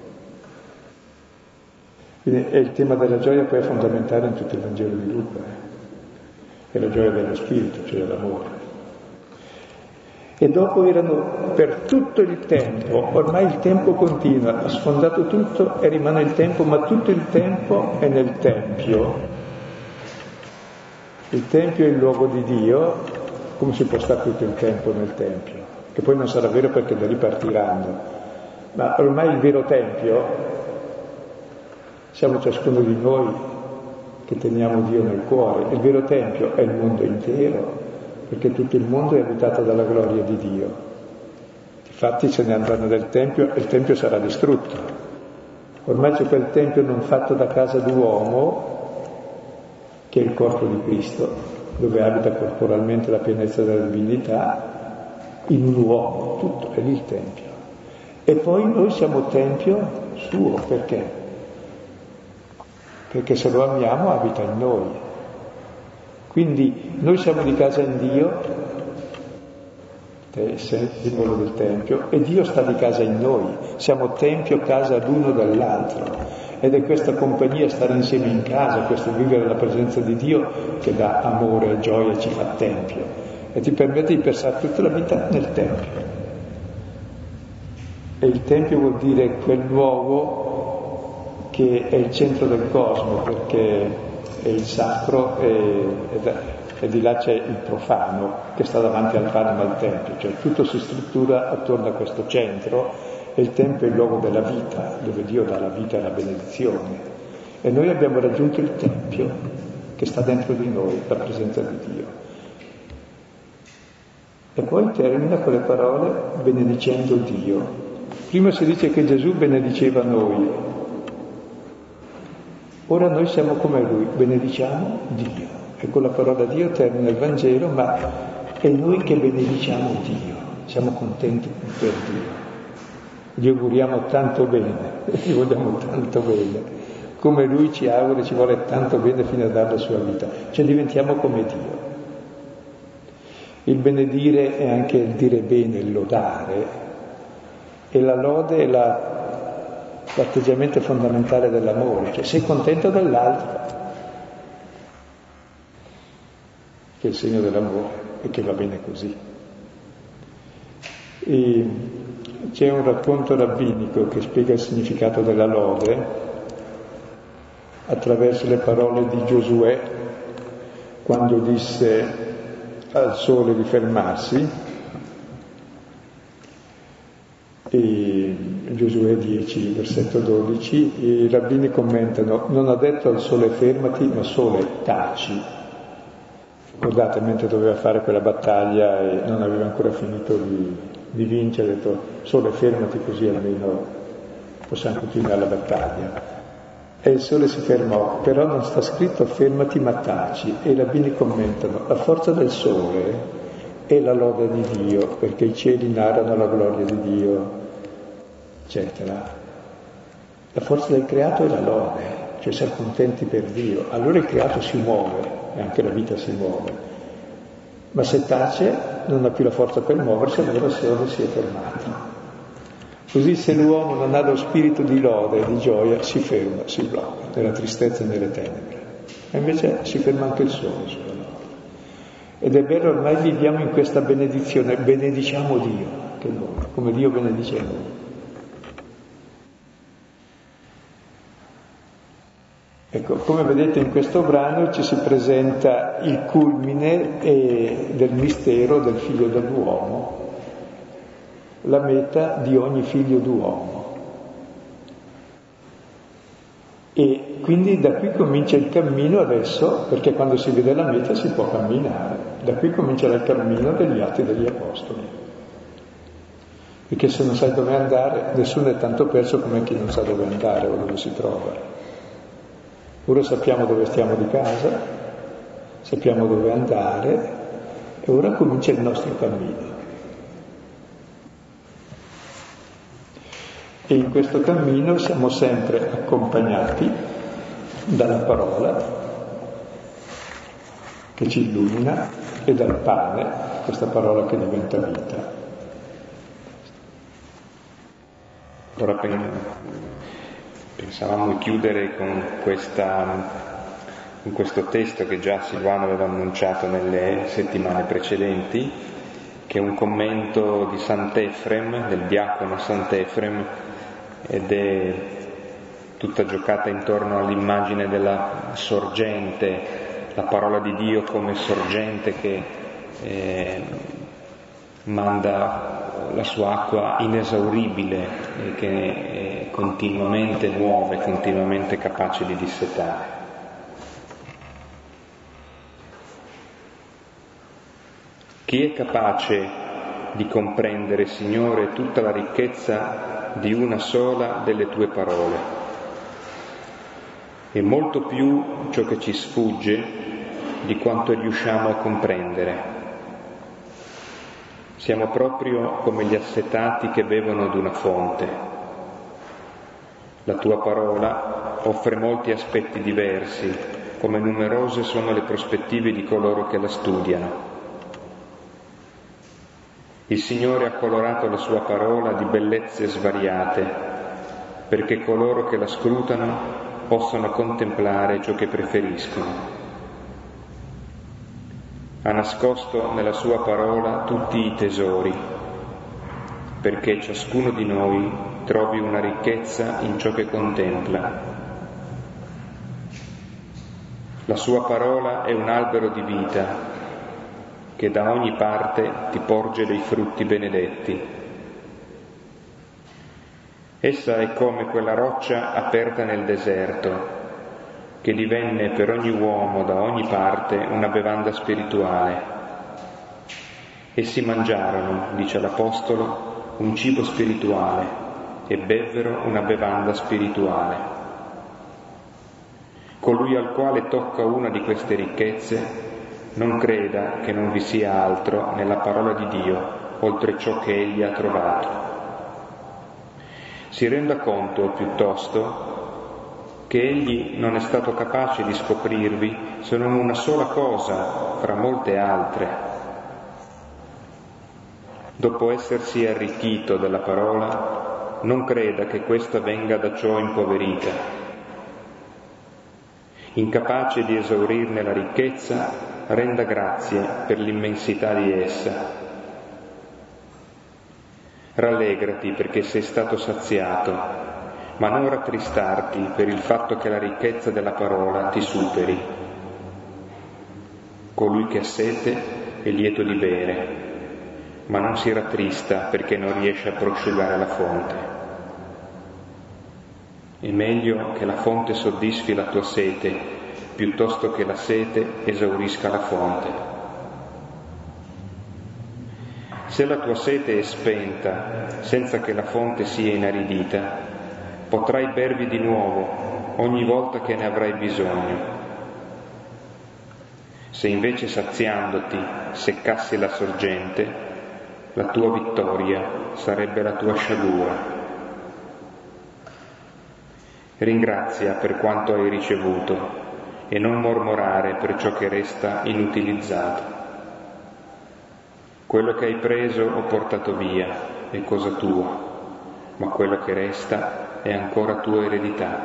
B: Quindi è il tema della gioia poi è fondamentale in tutto il Vangelo di Luca, eh? È la gioia dello spirito, cioè dell'amore. E dopo erano per tutto il tempo, ormai il tempo continua, ha sfondato tutto e rimane il tempo, ma tutto il tempo è nel Tempio. Il Tempio è il luogo di Dio. Come si può stare tutto il tempo nel Tempio? Che poi non sarà vero perché da lì partiranno. Ma ormai il vero Tempio siamo ciascuno di noi che teniamo Dio nel cuore. Il vero Tempio è il mondo intero, perché tutto il mondo è abitato dalla gloria di Dio. Infatti se ne andranno del Tempio e il Tempio sarà distrutto. Ormai c'è quel Tempio non fatto da casa d'uomo, che è il corpo di Cristo, dove abita corporalmente la pienezza della divinità, in un uomo, tutto, è lì il Tempio. E poi noi siamo Tempio suo, perché? Perché se lo amiamo abita in noi. Quindi noi siamo di casa in Dio, simbolo del Tempio, e Dio sta di casa in noi, siamo Tempio, casa l'uno dell'altro. Ed è questa compagnia, stare insieme in casa, questo vivere la presenza di Dio che dà amore e gioia e ci fa Tempio e ti permette di passare tutta la vita nel Tempio. E il Tempio vuol dire quel luogo che è il centro del cosmo, perché è il sacro e, e, e di là c'è il profano che sta davanti al pane ma al Tempio, cioè tutto si struttura attorno a questo centro. E il Tempio è il luogo della vita, dove Dio dà la vita e la benedizione. E noi abbiamo raggiunto il Tempio, che sta dentro di noi, la presenza di Dio. E poi termina con le parole benedicendo Dio. Prima si dice che Gesù benediceva noi. Ora noi siamo come Lui, benediciamo Dio. E con la parola Dio termina il Vangelo, ma è noi che benediciamo Dio. Siamo contenti per Dio. Gli auguriamo tanto bene, gli vogliamo tanto bene, come Lui ci augura e ci vuole tanto bene fino a dare la sua vita, cioè diventiamo come Dio. Il benedire è anche il dire bene, il lodare, e la lode è la, l'atteggiamento fondamentale dell'amore, cioè sei contento dell'altro, che è il segno dell'amore e che va bene così. E c'è un racconto rabbinico che spiega il significato della lode attraverso le parole di Giosuè quando disse al sole di fermarsi, e Giosuè dieci, versetto dodici, i rabbini commentano: non ha detto al sole fermati, ma sole taci. Ricordate, mentre doveva fare quella battaglia e non aveva ancora finito di di vincere, ha detto sole fermati così almeno possiamo continuare la battaglia. E il sole si fermò, però non sta scritto fermati ma taci, e i rabbini commentano: la forza del sole è la lode di Dio, perché i cieli narrano la gloria di Dio, eccetera. La forza del creato è la lode, cioè essere contenti per Dio, allora il creato si muove e anche la vita si muove. Ma se tace non ha più la forza per muoversi, allora il sole si è fermato. Così se l'uomo non ha lo spirito di lode e di gioia si ferma, si blocca nella tristezza e nelle tenebre. E invece si ferma anche il sole sulla lode. Ed è bello, ormai viviamo in questa benedizione, benediciamo Dio, che noi, come Dio benedice noi. Ecco, come vedete in questo brano ci si presenta il culmine eh, del mistero del figlio dell'uomo, la meta di ogni figlio d'uomo. E quindi da qui comincia il cammino adesso, perché quando si vede la meta si può camminare, da qui comincerà il cammino degli Atti degli Apostoli. Perché se non sai dove andare, nessuno è tanto perso come chi non sa dove andare o dove si trova. Ora sappiamo dove stiamo di casa, sappiamo dove andare e ora comincia il nostro cammino. E in questo cammino siamo sempre accompagnati dalla parola che ci illumina e dal pane, questa parola che diventa vita.
A: Ora pensavamo di chiudere con, questa, con questo testo che già Silvano aveva annunciato nelle settimane precedenti, che è un commento di Sant'Efrem, del diacono Sant'Efrem, ed è tutta giocata intorno all'immagine della sorgente, la parola di Dio come sorgente che eh, manda la sua acqua inesauribile e che è continuamente nuova e continuamente capace di dissetare. Chi è capace di comprendere, Signore, tutta la ricchezza di una sola delle tue parole? E molto più ciò che ci sfugge di quanto riusciamo a comprendere. Siamo proprio come gli assetati che bevono ad una fonte. La tua parola offre molti aspetti diversi, come numerose sono le prospettive di coloro che la studiano. Il Signore ha colorato la sua parola di bellezze svariate, perché coloro che la scrutano possano contemplare ciò che preferiscono. Ha nascosto nella sua parola tutti i tesori, perché ciascuno di noi trovi una ricchezza in ciò che contempla. La sua parola è un albero di vita che da ogni parte ti porge dei frutti benedetti. Essa è come quella roccia aperta nel deserto, che divenne per ogni uomo da ogni parte una bevanda spirituale. Essi mangiarono, dice l'Apostolo, un cibo spirituale e bevvero una bevanda spirituale. Colui al quale tocca una di queste ricchezze non creda che non vi sia altro nella parola di Dio oltre ciò che egli ha trovato. Si renda conto piuttosto che egli non è stato capace di scoprirvi se non una sola cosa fra molte altre. Dopo essersi arricchito della parola, non creda che questa venga da ciò impoverita. Incapace di esaurirne la ricchezza, renda grazie per l'immensità di essa. Rallegrati perché sei stato saziato, ma non rattristarti per il fatto che la ricchezza della parola ti superi. Colui che ha sete è lieto di bere, ma non si rattrista perché non riesce a prosciugare la fonte. È meglio che la fonte soddisfi la tua sete, piuttosto che la sete esaurisca la fonte. Se la tua sete è spenta, senza che la fonte sia inaridita, potrai bervi di nuovo ogni volta che ne avrai bisogno. Se invece saziandoti seccassi la sorgente, la tua vittoria sarebbe la tua sciagura. Ringrazia per quanto hai ricevuto e non mormorare per ciò che resta inutilizzato. Quello che hai preso o portato via è cosa tua, ma quello che resta è ancora tua eredità.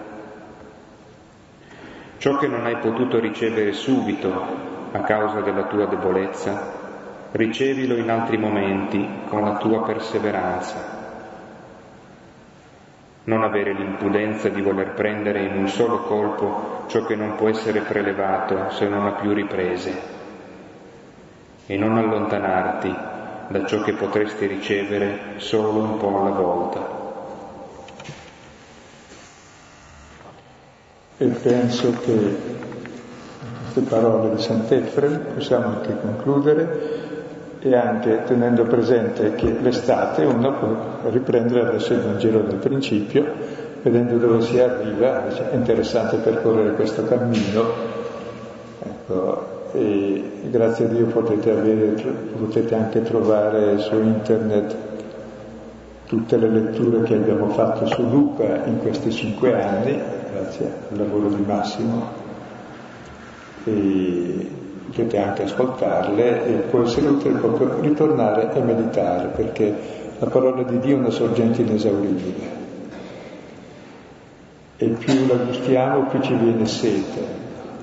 A: Ciò che non hai potuto ricevere subito a causa della tua debolezza, ricevilo in altri momenti con la tua perseveranza. Non avere l'impudenza di voler prendere in un solo colpo ciò che non può essere prelevato se non ha più riprese, e non allontanarti da ciò che potresti ricevere solo un po' alla volta.
B: E penso che queste parole di Sant'Efrem possiamo anche concludere, e anche tenendo presente che l'estate uno può riprendere adesso il Vangelo dal principio, vedendo dove si arriva. È interessante percorrere questo cammino, ecco, e grazie a Dio potete avere, potete anche trovare su internet tutte le letture che abbiamo fatto su Luca in questi cinque anni, grazie al lavoro di Massimo, e potete anche ascoltarle, e può essere utile proprio ritornare e meditare, perché la parola di Dio è una sorgente inesauribile, e più la gustiamo più ci viene sete.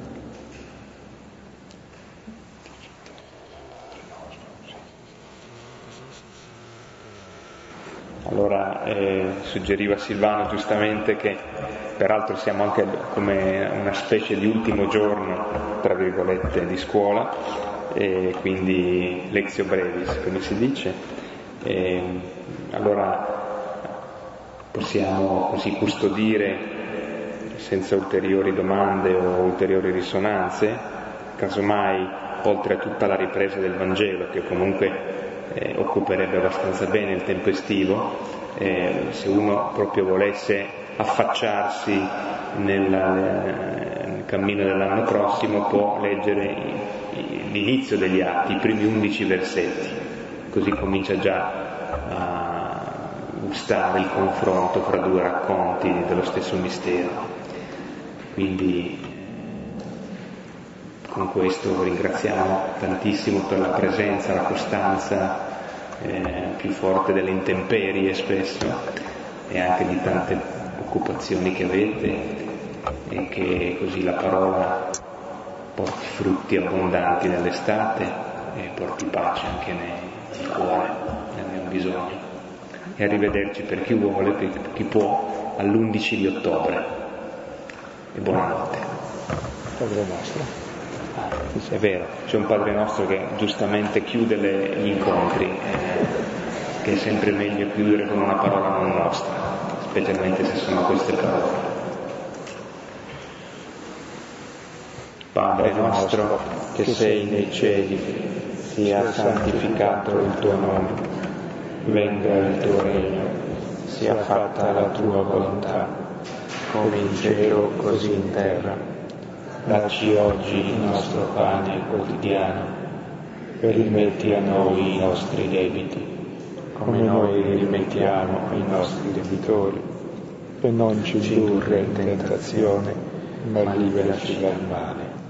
A: Allora eh, suggeriva Silvano giustamente che peraltro siamo anche come una specie di ultimo giorno, tra virgolette, di scuola, e quindi lectio brevis, come si dice. E allora possiamo così custodire senza ulteriori domande o ulteriori risonanze, casomai oltre a tutta la ripresa del Vangelo, che comunque eh, occuperebbe abbastanza bene il tempo estivo, eh, se uno proprio volesse affacciarsi nella, nel cammino dell'anno prossimo, può leggere i, i, l'inizio degli Atti, i primi undici versetti, così comincia già a gustare il confronto fra due racconti dello stesso mistero. Quindi con questo ringraziamo tantissimo per la presenza, la costanza eh, più forte delle intemperie spesso, e anche di tante occupazioni che avete, e che così la parola porti frutti abbondanti nell'estate e porti pace anche nei, nel cuore, ne abbiamo bisogno. E arrivederci per chi vuole, per chi può, all'undici di ottobre. E buonanotte.
B: Padre nostro.
A: È vero, c'è un Padre nostro che giustamente chiude le, gli incontri, eh, che è sempre meglio chiudere con una parola non nostra, specialmente se sono queste parole. Padre nostro che sei nei cieli, sia santificato il tuo nome, venga il tuo regno, sia fatta la tua volontà, come in cielo così in terra. Dacci oggi il nostro pane quotidiano, e rimetti a noi i nostri debiti, come noi rimettiamo ai nostri debitori,
B: e non ci
A: ci indurre in tentazione, ma liberaci dal male.